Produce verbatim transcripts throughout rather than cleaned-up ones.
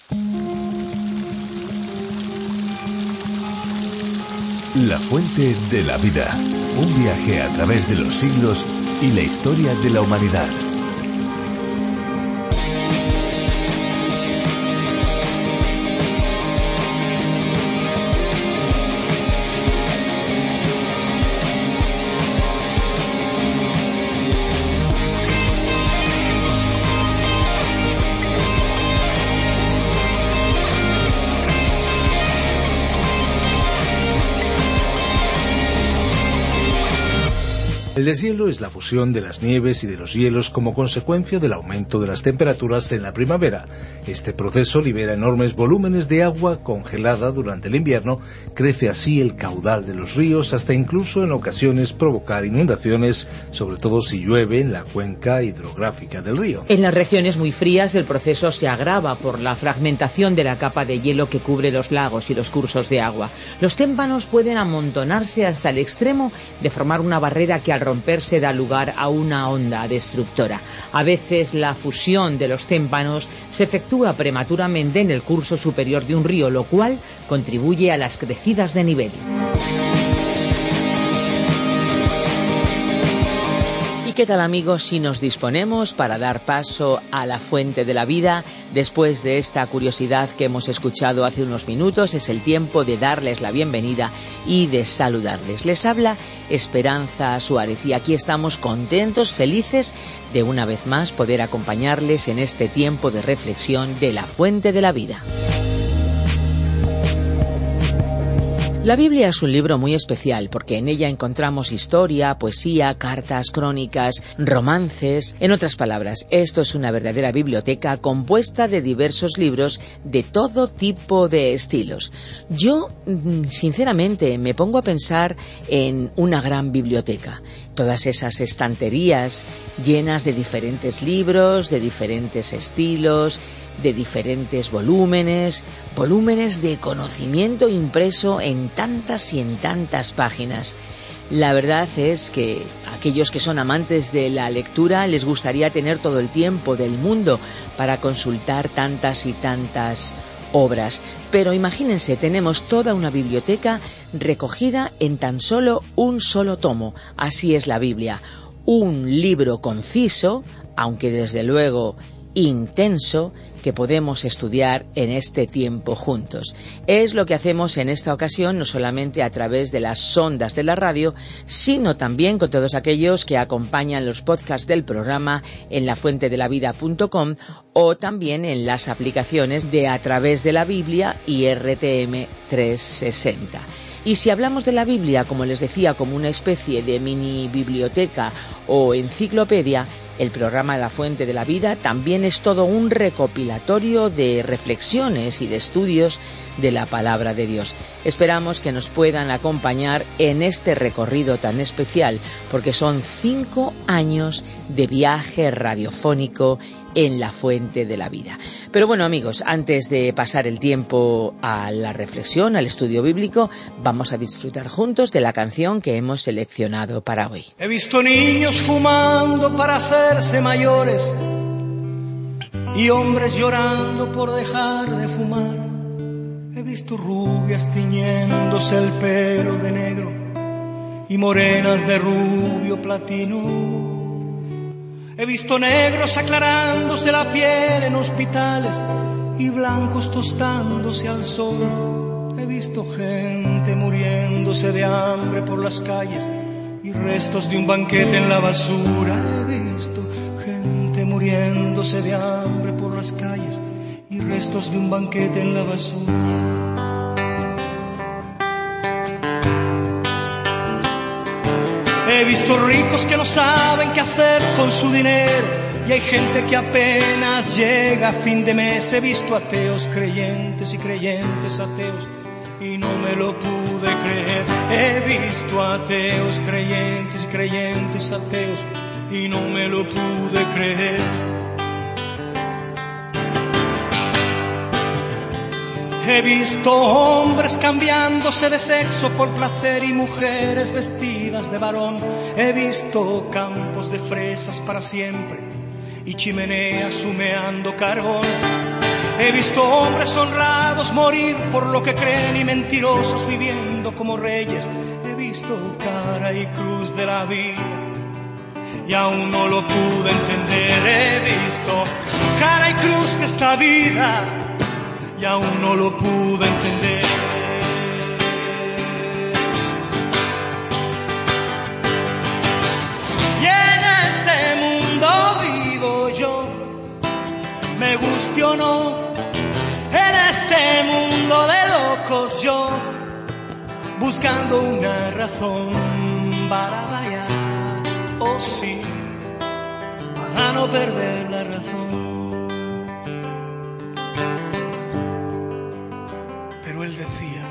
La fuente de la vida. Un viaje a través de los siglos y la historia de la humanidad. El deshielo es la fusión de las nieves y de los hielos como consecuencia del aumento de las temperaturas en la primavera. Este proceso libera enormes volúmenes de agua congelada durante el invierno, crece así el caudal de los ríos hasta incluso en ocasiones provocar inundaciones, sobre todo si llueve en la cuenca hidrográfica del río. En las regiones muy frías el proceso se agrava por la fragmentación de la capa de hielo que cubre los lagos y los cursos de agua. Los témpanos pueden amontonarse hasta el extremo de formar una barrera que al romperse da lugar a una onda destructora. A veces la fusión de los témpanos se efectúa prematuramente en el curso superior de un río, lo cual contribuye a las crecidas de nivel. ¿Y qué tal, amigos, si nos disponemos para dar paso a la fuente de la vida? Después de esta curiosidad que hemos escuchado hace unos minutos, es el tiempo de darles la bienvenida y de saludarles. Les habla Esperanza Suárez y aquí estamos contentos, felices de una vez más poder acompañarles en este tiempo de reflexión de la fuente de la vida. La Biblia es un libro muy especial porque en ella encontramos historia, poesía, cartas, crónicas, romances. En otras palabras, esto es una verdadera biblioteca compuesta de diversos libros de todo tipo de estilos. Yo, sinceramente, me pongo a pensar en una gran biblioteca. Todas esas estanterías llenas de diferentes libros, de diferentes estilos, de diferentes volúmenes, volúmenes de conocimiento impreso en tantas y en tantas páginas. La verdad es que a aquellos que son amantes de la lectura les gustaría tener todo el tiempo del mundo para consultar tantas y tantas obras. Pero imagínense, tenemos toda una biblioteca recogida en tan solo un solo tomo. Así es la Biblia. Un libro conciso, aunque desde luego intenso, que podemos estudiar en este tiempo juntos. Es lo que hacemos en esta ocasión, no solamente a través de las ondas de la radio, sino también con todos aquellos que acompañan los podcasts del programa en la fuente de la vida punto com o también en las aplicaciones de A Través de la Biblia y R T M trescientos sesenta. Y si hablamos de la Biblia, como les decía, como una especie de mini biblioteca o enciclopedia, el programa La Fuente de la Vida también es todo un recopilatorio de reflexiones y de estudios de la Palabra de Dios. Esperamos que nos puedan acompañar en este recorrido tan especial, porque son cinco años de viaje radiofónico en La Fuente de la Vida. Pero bueno, amigos, antes de pasar el tiempo a la reflexión, al estudio bíblico, vamos a disfrutar juntos de la canción que hemos seleccionado para hoy. He visto niños fumando para hacerse mayores y hombres llorando por dejar de fumar. He visto rubias tiñéndose el pelo de negro y morenas de rubio platino. He visto negros aclarándose la piel en hospitales y blancos tostándose al sol. He visto gente muriéndose de hambre por las calles y restos de un banquete en la basura. He visto gente muriéndose de hambre por las calles y restos de un banquete en la basura. He visto ricos que no saben qué hacer con su dinero y hay gente que apenas llega a fin de mes. He visto ateos creyentes y creyentes ateos y no me lo pude creer. He visto ateos creyentes y creyentes ateos y no me lo pude creer. He visto hombres cambiándose de sexo por placer y mujeres vestidas de varón. He visto campos de fresas para siempre y chimeneas humeando carbón. He visto hombres honrados morir por lo que creen y mentirosos viviendo como reyes. He visto cara y cruz de la vida y aún no lo pude entender. He visto cara y cruz de esta vida y aún no lo pude entender. Y en este mundo vivo yo, me guste o no, en este mundo de locos yo, buscando una razón para bailar, oh sí, para no perder la razón. Pero él decía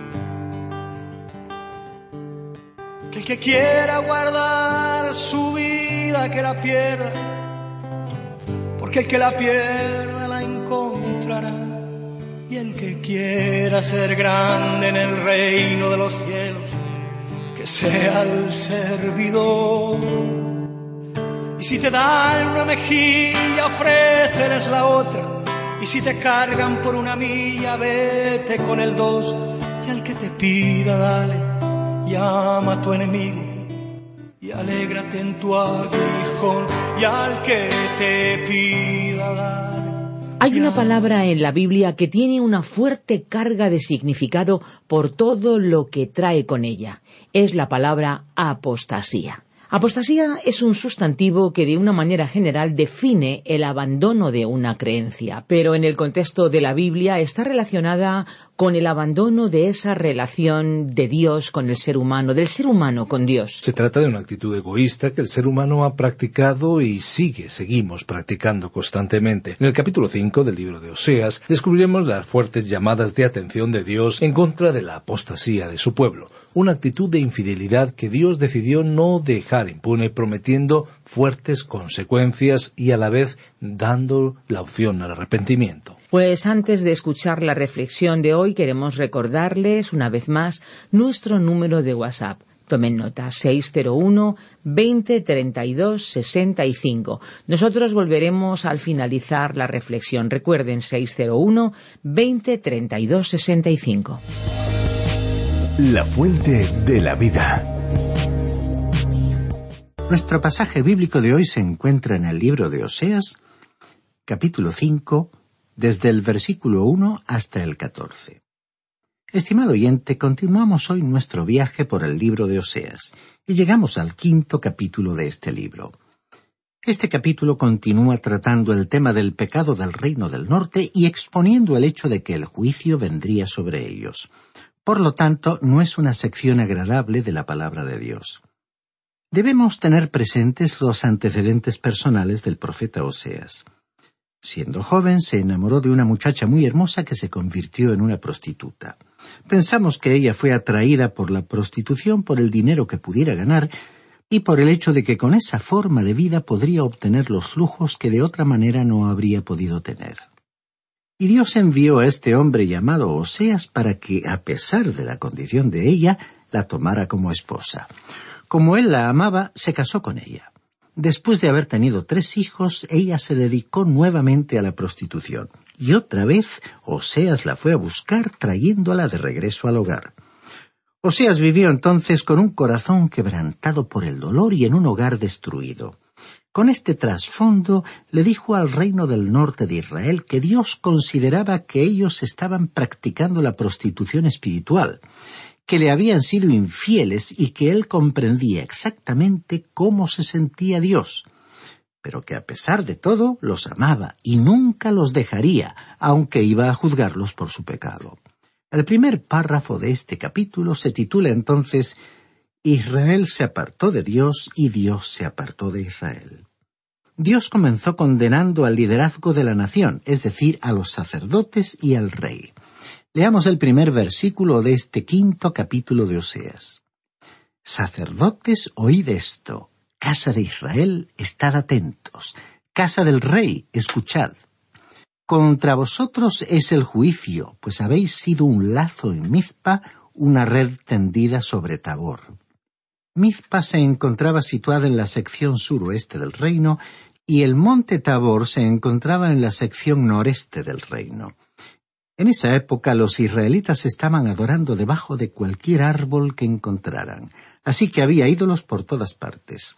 que el que quiera guardar su vida que la pierda, porque el que la pierda la encontrará. Y el que quiera ser grande en el reino de los cielos, que sea el servidor. Y si te dan una mejilla, ofréceles la otra. Y si te cargan por una milla, vete con el dos. Y al que te pida, dale, y ama a tu enemigo. Y alégrate en tu aguijón. Y al que te pida, dale. Hay una palabra en la Biblia que tiene una fuerte carga de significado por todo lo que trae con ella. Es la palabra apostasía. Apostasía es un sustantivo que de una manera general define el abandono de una creencia, pero en el contexto de la Biblia está relacionada con el abandono de esa relación de Dios con el ser humano, del ser humano con Dios. Se trata de una actitud egoísta que el ser humano ha practicado y sigue, seguimos practicando constantemente. En el capítulo cinco del libro de Oseas descubriremos las fuertes llamadas de atención de Dios en contra de la apostasía de su pueblo, una actitud de infidelidad que Dios decidió no dejar impune, prometiendo fuertes consecuencias y a la vez dando la opción al arrepentimiento. Pues antes de escuchar la reflexión de hoy, queremos recordarles una vez más nuestro número de WhatsApp. Tomen nota, seis cero uno, veinte, treinta y dos, sesenta y cinco. Nosotros volveremos al finalizar la reflexión. Recuerden, seis cero uno, veinte, treinta y dos, sesenta y cinco. La fuente de la vida. Nuestro pasaje bíblico de hoy se encuentra en el libro de Oseas, capítulo cinco, desde el versículo uno hasta el catorce. Estimado oyente, continuamos hoy nuestro viaje por el libro de Oseas y llegamos al quinto capítulo de este libro. Este capítulo continúa tratando el tema del pecado del reino del norte y exponiendo el hecho de que el juicio vendría sobre ellos. Por lo tanto, no es una sección agradable de la palabra de Dios. Debemos tener presentes los antecedentes personales del profeta Oseas. Siendo joven, se enamoró de una muchacha muy hermosa que se convirtió en una prostituta. Pensamos que ella fue atraída por la prostitución por el dinero que pudiera ganar y por el hecho de que con esa forma de vida podría obtener los lujos que de otra manera no habría podido tener. Y Dios envió a este hombre llamado Oseas para que, a pesar de la condición de ella, la tomara como esposa. Como él la amaba, se casó con ella. Después de haber tenido tres hijos, ella se dedicó nuevamente a la prostitución. Y otra vez, Oseas la fue a buscar, trayéndola de regreso al hogar. Oseas vivió entonces con un corazón quebrantado por el dolor y en un hogar destruido. Con este trasfondo, le dijo al reino del norte de Israel que Dios consideraba que ellos estaban practicando la prostitución espiritual, que le habían sido infieles y que él comprendía exactamente cómo se sentía Dios, pero que a pesar de todo los amaba y nunca los dejaría, aunque iba a juzgarlos por su pecado. El primer párrafo de este capítulo se titula entonces Israel se apartó de Dios y Dios se apartó de Israel. Dios comenzó condenando al liderazgo de la nación, es decir, a los sacerdotes y al rey. Leamos el primer versículo de este quinto capítulo de Oseas. Sacerdotes, oíd esto. Casa de Israel, estad atentos. Casa del rey, escuchad. Contra vosotros es el juicio, pues habéis sido un lazo en Mizpa, una red tendida sobre Tabor. Mizpa se encontraba situada en la sección suroeste del reino y el monte Tabor se encontraba en la sección noreste del reino. En esa época los israelitas estaban adorando debajo de cualquier árbol que encontraran, así que había ídolos por todas partes.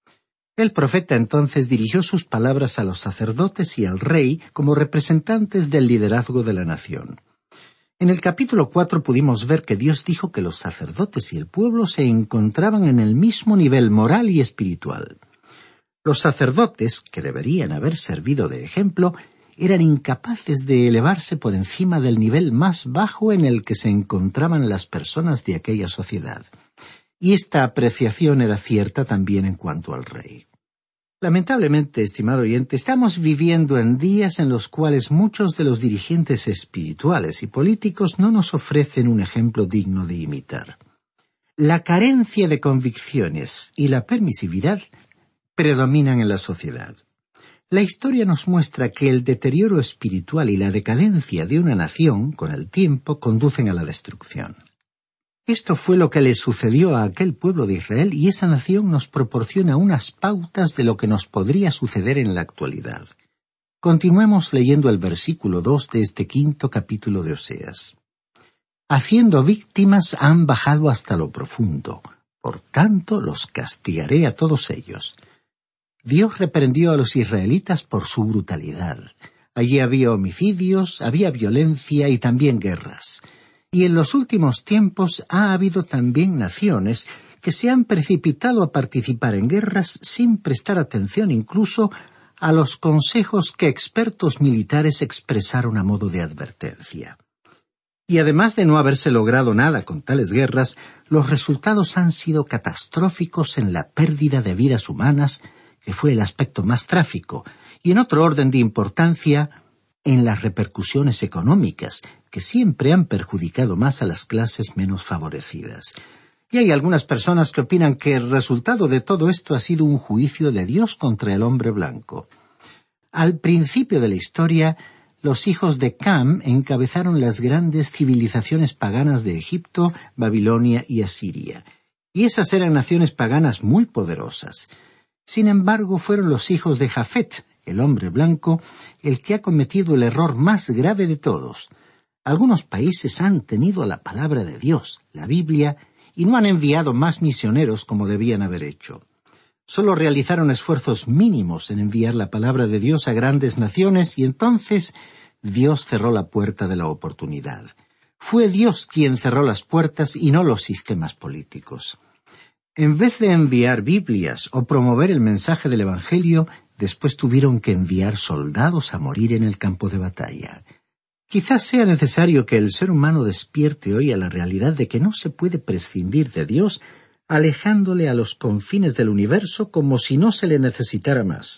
El profeta entonces dirigió sus palabras a los sacerdotes y al rey como representantes del liderazgo de la nación. En el capítulo cuatro pudimos ver que Dios dijo que los sacerdotes y el pueblo se encontraban en el mismo nivel moral y espiritual. Los sacerdotes, que deberían haber servido de ejemplo, eran incapaces de elevarse por encima del nivel más bajo en el que se encontraban las personas de aquella sociedad. Y esta apreciación era cierta también en cuanto al rey. Lamentablemente, estimado oyente, estamos viviendo en días en los cuales muchos de los dirigentes espirituales y políticos no nos ofrecen un ejemplo digno de imitar. La carencia de convicciones y la permisividad predominan en la sociedad. La historia nos muestra que el deterioro espiritual y la decadencia de una nación, con el tiempo, conducen a la destrucción. Esto fue lo que le sucedió a aquel pueblo de Israel y esa nación nos proporciona unas pautas de lo que nos podría suceder en la actualidad. Continuemos leyendo el versículo dos de este quinto capítulo de Oseas. Haciendo víctimas han bajado hasta lo profundo, por tanto los castigaré a todos ellos. Dios reprendió a los israelitas por su brutalidad. Allí había homicidios, había violencia y también guerras. Y en los últimos tiempos ha habido también naciones que se han precipitado a participar en guerras sin prestar atención incluso a los consejos que expertos militares expresaron a modo de advertencia. Y además de no haberse logrado nada con tales guerras, los resultados han sido catastróficos en la pérdida de vidas humanas, que fue el aspecto más trágico, y en otro orden de importancia, en las repercusiones económicas, que siempre han perjudicado más a las clases menos favorecidas. Y hay algunas personas que opinan que el resultado de todo esto ha sido un juicio de Dios contra el hombre blanco. Al principio de la historia, los hijos de Cam encabezaron las grandes civilizaciones paganas de Egipto, Babilonia y Asiria, y esas eran naciones paganas muy poderosas. Sin embargo, fueron los hijos de Jafet, el hombre blanco, el que ha cometido el error más grave de todos. Algunos países han tenido la palabra de Dios, la Biblia, y no han enviado más misioneros como debían haber hecho. Solo realizaron esfuerzos mínimos en enviar la palabra de Dios a grandes naciones y entonces Dios cerró la puerta de la oportunidad. Fue Dios quien cerró las puertas y no los sistemas políticos. En vez de enviar Biblias o promover el mensaje del Evangelio, después tuvieron que enviar soldados a morir en el campo de batalla. Quizás sea necesario que el ser humano despierte hoy a la realidad de que no se puede prescindir de Dios, alejándole a los confines del universo como si no se le necesitara más.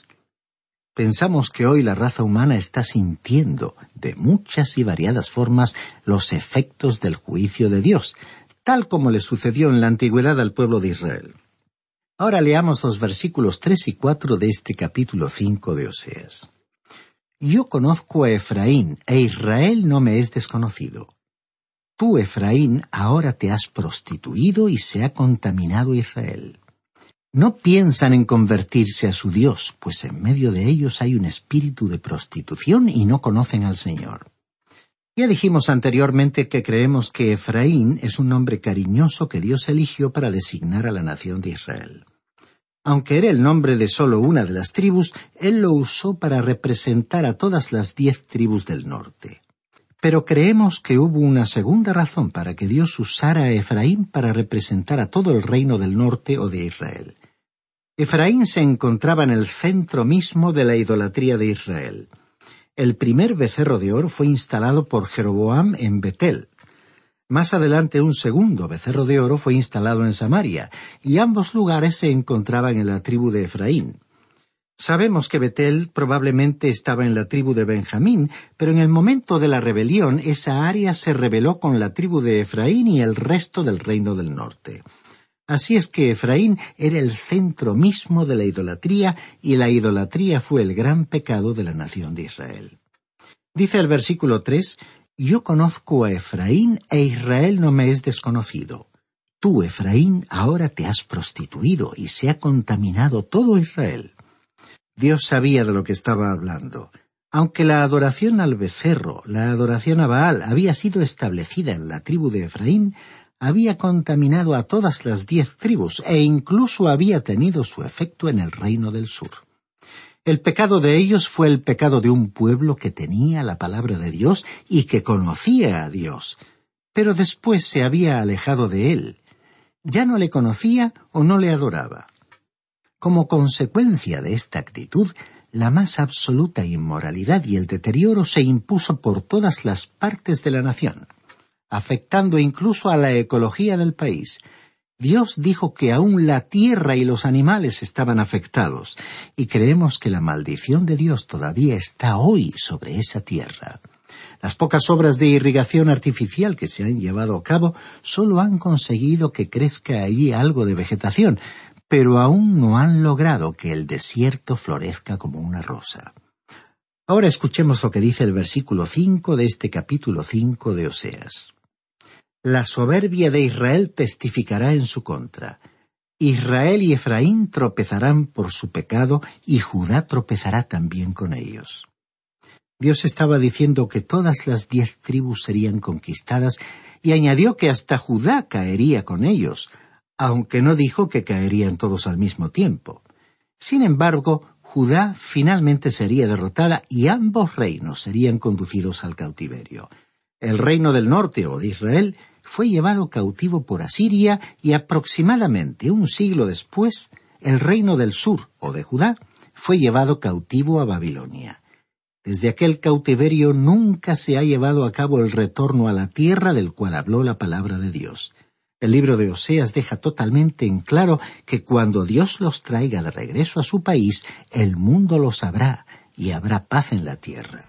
Pensamos que hoy la raza humana está sintiendo, de muchas y variadas formas, los efectos del juicio de Dios, tal como le sucedió en la antigüedad al pueblo de Israel. Ahora leamos los versículos tres y cuatro de este capítulo cinco de Oseas. Yo conozco a Efraín, e Israel no me es desconocido. Tú, Efraín, ahora te has prostituido y se ha contaminado Israel. No piensan en convertirse a su Dios, pues en medio de ellos hay un espíritu de prostitución y no conocen al Señor. Ya dijimos anteriormente que creemos que Efraín es un nombre cariñoso que Dios eligió para designar a la nación de Israel. Aunque era el nombre de solo una de las tribus, Él lo usó para representar a todas las diez tribus del norte. Pero creemos que hubo una segunda razón para que Dios usara a Efraín para representar a todo el reino del norte o de Israel. Efraín se encontraba en el centro mismo de la idolatría de Israel. El primer becerro de oro fue instalado por Jeroboam en Betel. Más adelante un segundo becerro de oro fue instalado en Samaria, y ambos lugares se encontraban en la tribu de Efraín. Sabemos que Betel probablemente estaba en la tribu de Benjamín, pero en el momento de la rebelión esa área se rebeló con la tribu de Efraín y el resto del reino del norte. Así es que Efraín era el centro mismo de la idolatría, y la idolatría fue el gran pecado de la nación de Israel. Dice el versículo tres, Yo conozco a Efraín, e Israel no me es desconocido. Tú, Efraín, ahora te has prostituido, y se ha contaminado todo Israel. Dios sabía de lo que estaba hablando. Aunque la adoración al becerro, la adoración a Baal, había sido establecida en la tribu de Efraín, había contaminado a todas las diez tribus e incluso había tenido su efecto en el reino del sur. El pecado de ellos fue el pecado de un pueblo que tenía la palabra de Dios y que conocía a Dios, pero después se había alejado de él. Ya no le conocía o no le adoraba. Como consecuencia de esta actitud, la más absoluta inmoralidad y el deterioro se impuso por todas las partes de la nación, afectando incluso a la ecología del país. Dios dijo que aún la tierra y los animales estaban afectados, y creemos que la maldición de Dios todavía está hoy sobre esa tierra. Las pocas obras de irrigación artificial que se han llevado a cabo solo han conseguido que crezca allí algo de vegetación, pero aún no han logrado que el desierto florezca como una rosa. Ahora escuchemos lo que dice el versículo cinco de este capítulo cinco de Oseas. La soberbia de Israel testificará en su contra. Israel y Efraín tropezarán por su pecado y Judá tropezará también con ellos. Dios estaba diciendo que todas las diez tribus serían conquistadas y añadió que hasta Judá caería con ellos, aunque no dijo que caerían todos al mismo tiempo. Sin embargo, Judá finalmente sería derrotada y ambos reinos serían conducidos al cautiverio. El reino del norte, o de Israel, fue llevado cautivo por Asiria y aproximadamente un siglo después, el reino del sur, o de Judá, fue llevado cautivo a Babilonia. Desde aquel cautiverio nunca se ha llevado a cabo el retorno a la tierra del cual habló la palabra de Dios. El libro de Oseas deja totalmente en claro que cuando Dios los traiga de regreso a su país, el mundo lo sabrá y habrá paz en la tierra.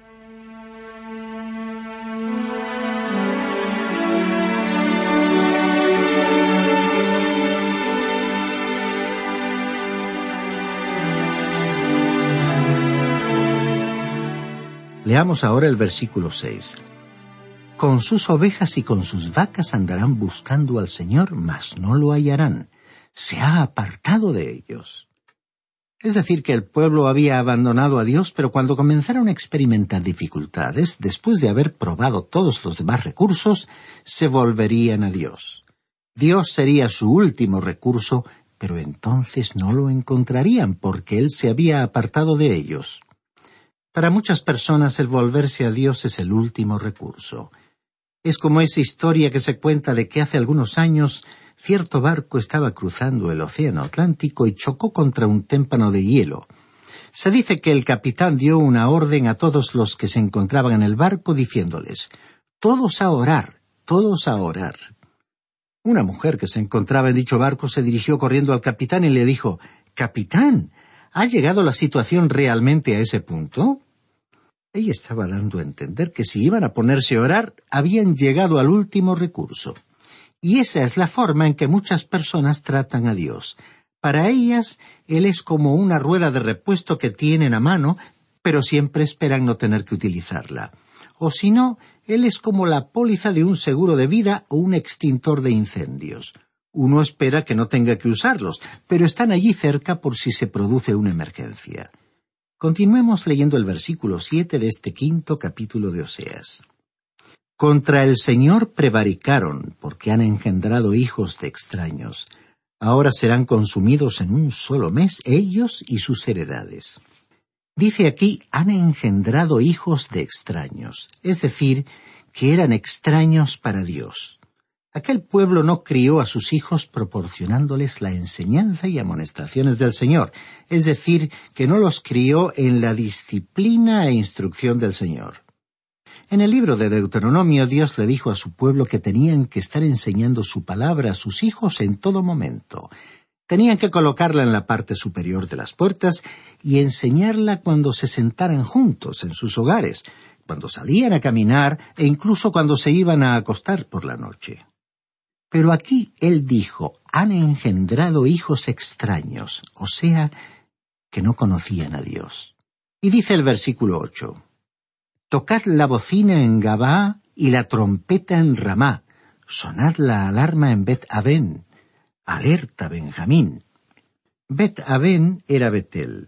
Leamos ahora el versículo seis. Con sus ovejas y con sus vacas andarán buscando al Señor, mas no lo hallarán. Se ha apartado de ellos. Es decir, que el pueblo había abandonado a Dios, pero cuando comenzaron a experimentar dificultades, después de haber probado todos los demás recursos, se volverían a Dios. Dios sería su último recurso, pero entonces no lo encontrarían porque Él se había apartado de ellos. Para muchas personas el volverse a Dios es el último recurso. Es como esa historia que se cuenta de que hace algunos años cierto barco estaba cruzando el océano Atlántico y chocó contra un témpano de hielo. Se dice que el capitán dio una orden a todos los que se encontraban en el barco diciéndoles: «Todos a orar, todos a orar». Una mujer que se encontraba en dicho barco se dirigió corriendo al capitán y le dijo: «Capitán, ¿ha llegado la situación realmente a ese punto?». Ella estaba dando a entender que si iban a ponerse a orar, habían llegado al último recurso. Y esa es la forma en que muchas personas tratan a Dios. Para ellas, Él es como una rueda de repuesto que tienen a mano, pero siempre esperan no tener que utilizarla. O si no, Él es como la póliza de un seguro de vida o un extintor de incendios. Uno espera que no tenga que usarlos, pero están allí cerca por si se produce una emergencia. Continuemos leyendo el versículo siete de este quinto capítulo de Oseas. Contra el Señor prevaricaron, porque han engendrado hijos de extraños. Ahora serán consumidos en un solo mes ellos y sus heredades. Dice aquí, han engendrado hijos de extraños, es decir, que eran extraños para Dios. Aquel pueblo no crió a sus hijos proporcionándoles la enseñanza y amonestaciones del Señor, es decir, que no los crió en la disciplina e instrucción del Señor. En el libro de Deuteronomio, Dios le dijo a su pueblo que tenían que estar enseñando su palabra a sus hijos en todo momento. Tenían que colocarla en la parte superior de las puertas y enseñarla cuando se sentaran juntos en sus hogares, cuando salían a caminar e incluso cuando se iban a acostar por la noche. Pero aquí él dijo, han engendrado hijos extraños, o sea, que no conocían a Dios. Y dice el versículo ocho, tocad la bocina en Gabaa y la trompeta en Ramá, sonad la alarma en Bet-Aven, alerta Benjamín. Bet-Aven era Betel.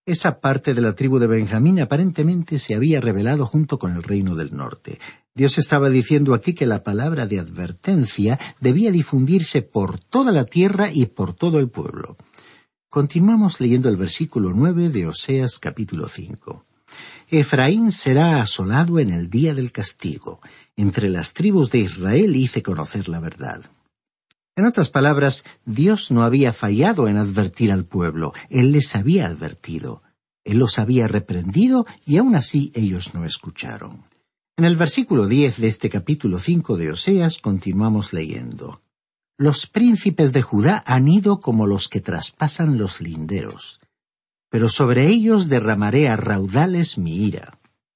Esa parte de la tribu de Benjamín aparentemente se había rebelado junto con el reino del norte. Dios estaba diciendo aquí que la palabra de advertencia debía difundirse por toda la tierra y por todo el pueblo. Continuamos leyendo el versículo nueve de Oseas capítulo cinco. Efraín será asolado en el día del castigo. Entre las tribus de Israel hice conocer la verdad. En otras palabras, Dios no había fallado en advertir al pueblo. Él les había advertido. Él los había reprendido y aún así ellos no escucharon. En el versículo diez de este capítulo cinco de Oseas continuamos leyendo. Los príncipes de Judá han ido como los que traspasan los linderos, pero sobre ellos derramaré a raudales mi ira.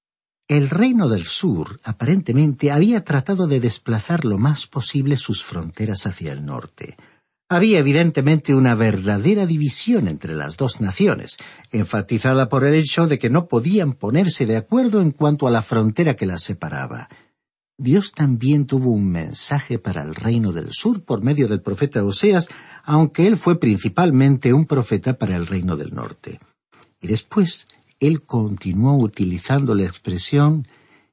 El reino del sur, aparentemente, había tratado de desplazar lo más posible sus fronteras hacia el norte. Había evidentemente una verdadera división entre las dos naciones, enfatizada por el hecho de que no podían ponerse de acuerdo en cuanto a la frontera que las separaba. Dios también tuvo un mensaje para el reino del sur por medio del profeta Oseas, aunque él fue principalmente un profeta para el reino del norte. Y después, él continuó utilizando la expresión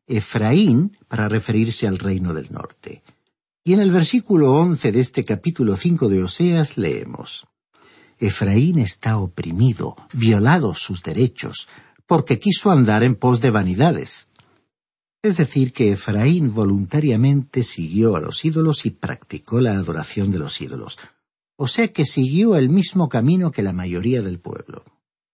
Efraín para referirse al reino del norte. Y en el versículo once de este capítulo cinco de Oseas leemos: Efraín está oprimido, violados sus derechos, porque quiso andar en pos de vanidades. Es decir, que Efraín voluntariamente siguió a los ídolos y practicó la adoración de los ídolos. O sea que siguió el mismo camino que la mayoría del pueblo.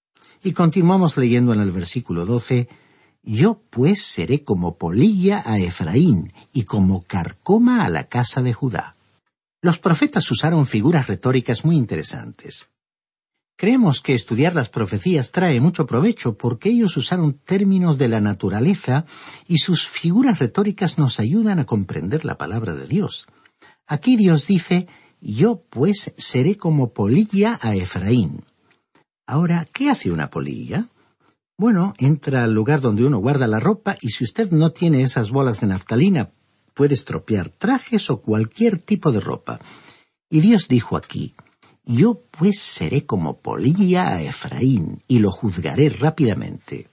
Y continuamos leyendo en el versículo doce, Yo pues seré como polilla a Efraín y como carcoma a la casa de Judá. Los profetas usaron figuras retóricas muy interesantes. Creemos que estudiar las profecías trae mucho provecho porque ellos usaron términos de la naturaleza y sus figuras retóricas nos ayudan a comprender la palabra de Dios. Aquí Dios dice, yo pues seré como polilla a Efraín. Ahora, ¿qué hace una polilla? Bueno, entra al lugar donde uno guarda la ropa y si usted no tiene esas bolas de naftalina, puede estropear trajes o cualquier tipo de ropa. Y Dios dijo aquí, Yo pues seré como polilla a Efraín, y lo juzgaré rápidamente.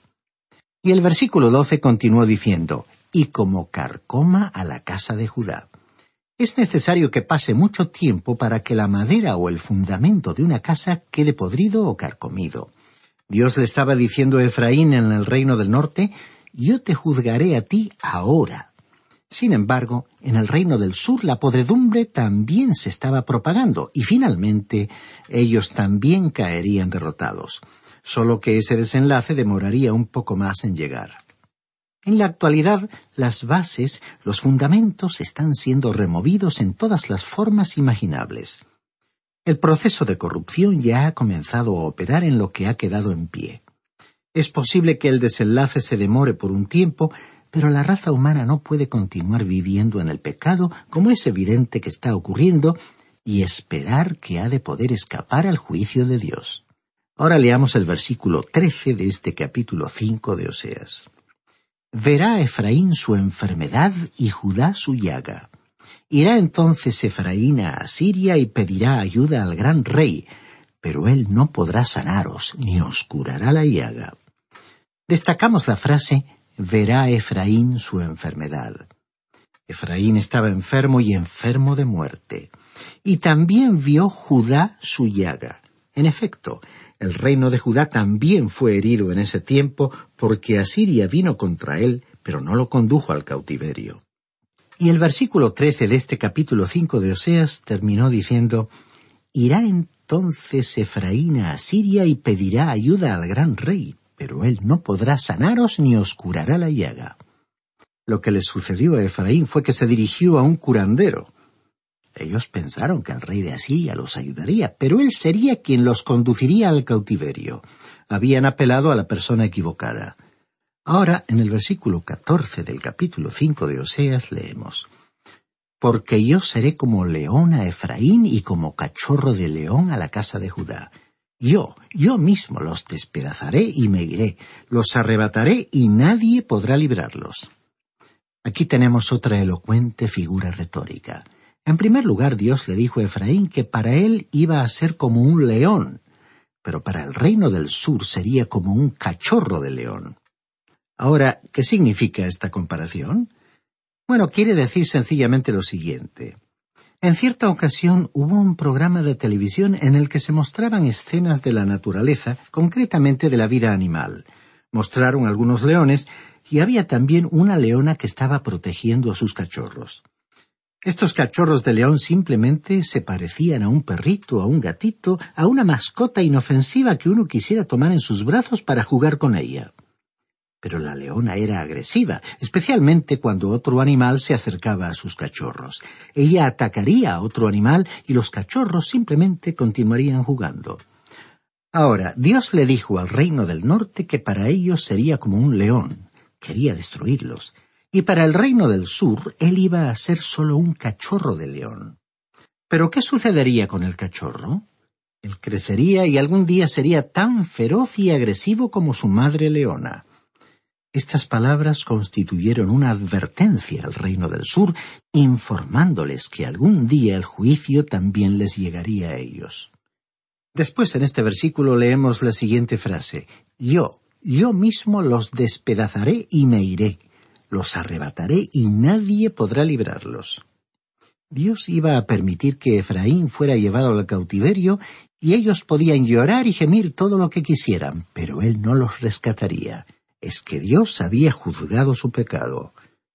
Y el versículo doce continuó diciendo, y como carcoma a la casa de Judá. Es necesario que pase mucho tiempo para que la madera o el fundamento de una casa quede podrido o carcomido. Dios le estaba diciendo a Efraín en el reino del norte, yo te juzgaré a ti ahora. Sin embargo, en el reino del sur la podredumbre también se estaba propagando y finalmente ellos también caerían derrotados, solo que ese desenlace demoraría un poco más en llegar. En la actualidad, las bases, los fundamentos están siendo removidos en todas las formas imaginables. El proceso de corrupción ya ha comenzado a operar en lo que ha quedado en pie. Es posible que el desenlace se demore por un tiempo, pero la raza humana no puede continuar viviendo en el pecado, como es evidente que está ocurriendo, y esperar que ha de poder escapar al juicio de Dios. Ahora leamos el versículo trece de este capítulo cinco de Oseas. Verá Efraín su enfermedad y Judá su llaga. Irá entonces Efraín a Asiria y pedirá ayuda al gran rey, pero él no podrá sanaros, ni os curará la llaga. Destacamos la frase, verá Efraín su enfermedad. Efraín estaba enfermo y enfermo de muerte. Y también vio Judá su llaga. En efecto, el reino de Judá también fue herido en ese tiempo porque Asiria vino contra él, pero no lo condujo al cautiverio. Y el versículo trece de este capítulo cinco de Oseas terminó diciendo, irá entonces Efraín a Asiria y pedirá ayuda al gran rey, pero él no podrá sanaros ni os curará la llaga. Lo que le sucedió a Efraín fue que se dirigió a un curandero. Ellos pensaron que el rey de Asiria los ayudaría, pero él sería quien los conduciría al cautiverio. Habían apelado a la persona equivocada. Ahora, en el versículo catorce del capítulo cinco de Oseas leemos, porque yo seré como león a Efraín y como cachorro de león a la casa de Judá. Yo, yo mismo los despedazaré y me iré, los arrebataré y nadie podrá librarlos. Aquí tenemos otra elocuente figura retórica. En primer lugar, Dios le dijo a Efraín que para él iba a ser como un león, pero para el reino del sur sería como un cachorro de león. Ahora, ¿qué significa esta comparación? Bueno, quiere decir sencillamente lo siguiente. En cierta ocasión hubo un programa de televisión en el que se mostraban escenas de la naturaleza, concretamente de la vida animal. Mostraron algunos leones y había también una leona que estaba protegiendo a sus cachorros. Estos cachorros de león simplemente se parecían a un perrito, a un gatito, a una mascota inofensiva que uno quisiera tomar en sus brazos para jugar con ella. Pero la leona era agresiva, especialmente cuando otro animal se acercaba a sus cachorros. Ella atacaría a otro animal y los cachorros simplemente continuarían jugando. Ahora, Dios le dijo al reino del norte que para ellos sería como un león. Quería destruirlos. Y para el reino del sur, él iba a ser solo un cachorro de león. ¿Pero qué sucedería con el cachorro? Él crecería y algún día sería tan feroz y agresivo como su madre leona. Estas palabras constituyeron una advertencia al reino del sur, informándoles que algún día el juicio también les llegaría a ellos. Después, en este versículo, leemos la siguiente frase: Yo, yo mismo los despedazaré y me iré. Los arrebataré y nadie podrá librarlos. Dios iba a permitir que Efraín fuera llevado al cautiverio y ellos podían llorar y gemir todo lo que quisieran, pero él no los rescataría. Es que Dios había juzgado su pecado.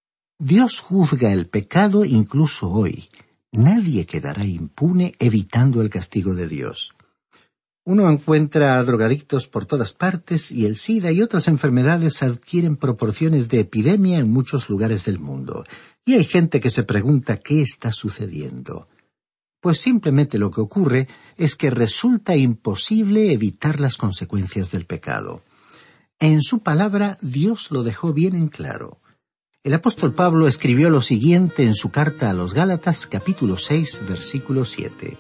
Dios juzga el pecado incluso hoy. Nadie quedará impune evitando el castigo de Dios. Uno encuentra a drogadictos por todas partes y el SIDA y otras enfermedades adquieren proporciones de epidemia en muchos lugares del mundo. Y hay gente que se pregunta qué está sucediendo. Pues simplemente lo que ocurre es que resulta imposible evitar las consecuencias del pecado. En su palabra, Dios lo dejó bien en claro. El apóstol Pablo escribió lo siguiente en su carta a los Gálatas, capítulo seis, versículo siete.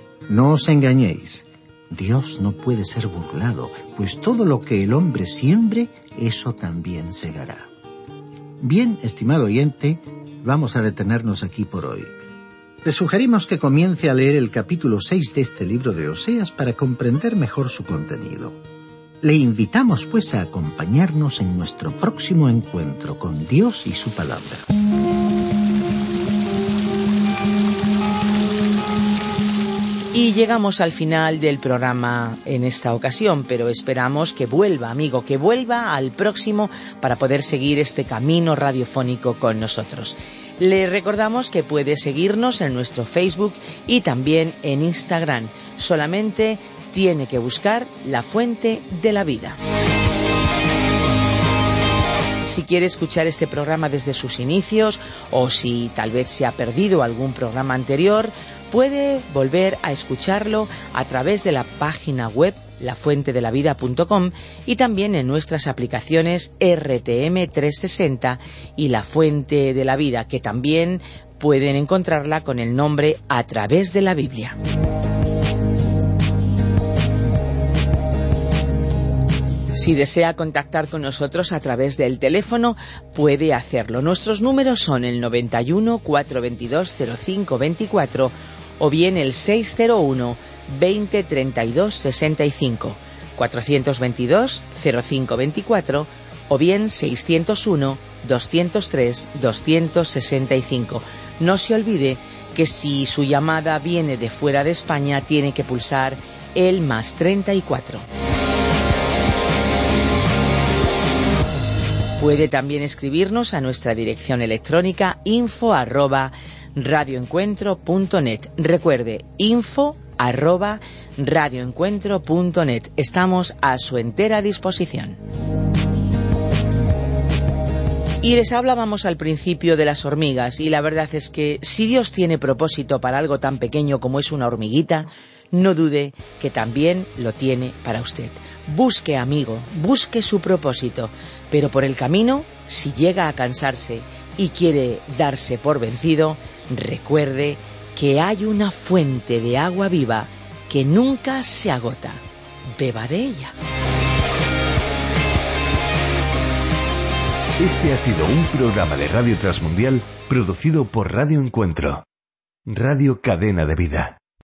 No os engañéis. Dios no puede ser burlado, pues todo lo que el hombre siembre, eso también segará. Bien, estimado oyente, vamos a detenernos aquí por hoy. Le sugerimos que comience a leer el capítulo seis de este libro de Oseas para comprender mejor su contenido. Le invitamos, pues, a acompañarnos en nuestro próximo encuentro con Dios y su palabra. Y llegamos al final del programa en esta ocasión, pero esperamos que vuelva, amigo, que vuelva al próximo para poder seguir este camino radiofónico con nosotros. Le recordamos que puede seguirnos en nuestro Facebook y también en Instagram. Solamente tiene que buscar La Fuente de la Vida. Si quiere escuchar este programa desde sus inicios o si tal vez se ha perdido algún programa anterior, puede volver a escucharlo a través de la página web la fuente de la vida punto com y también en nuestras aplicaciones R T M trescientos sesenta y La Fuente de la Vida, que también pueden encontrarla con el nombre A Través de la Biblia. Si desea contactar con nosotros a través del teléfono, puede hacerlo. Nuestros números son el noventa y uno, cuatrocientos veintidós, cero cinco veinticuatro o bien el seiscientos uno, veinte, treinta y dos, sesenta y cinco, cuatrocientos veintidós, cero cinco veinticuatro o bien seiscientos uno, doscientos tres, doscientos sesenta y cinco. No se olvide que si su llamada viene de fuera de España, tiene que pulsar el más treinta y cuatro. Puede también escribirnos a nuestra dirección electrónica info arroba radioencuentro punto net. Recuerde, info arroba radioencuentro punto net. Estamos a su entera disposición. Y les hablábamos al principio de las hormigas, y la verdad es que si Dios tiene propósito para algo tan pequeño como es una hormiguita, no dude que también lo tiene para usted. Busque, amigo, busque su propósito, pero por el camino, si llega a cansarse y quiere darse por vencido, recuerde que hay una fuente de agua viva que nunca se agota. Beba de ella. Este ha sido un programa de Radio Transmundial producido por Radio Encuentro, Radio Cadena de Vida.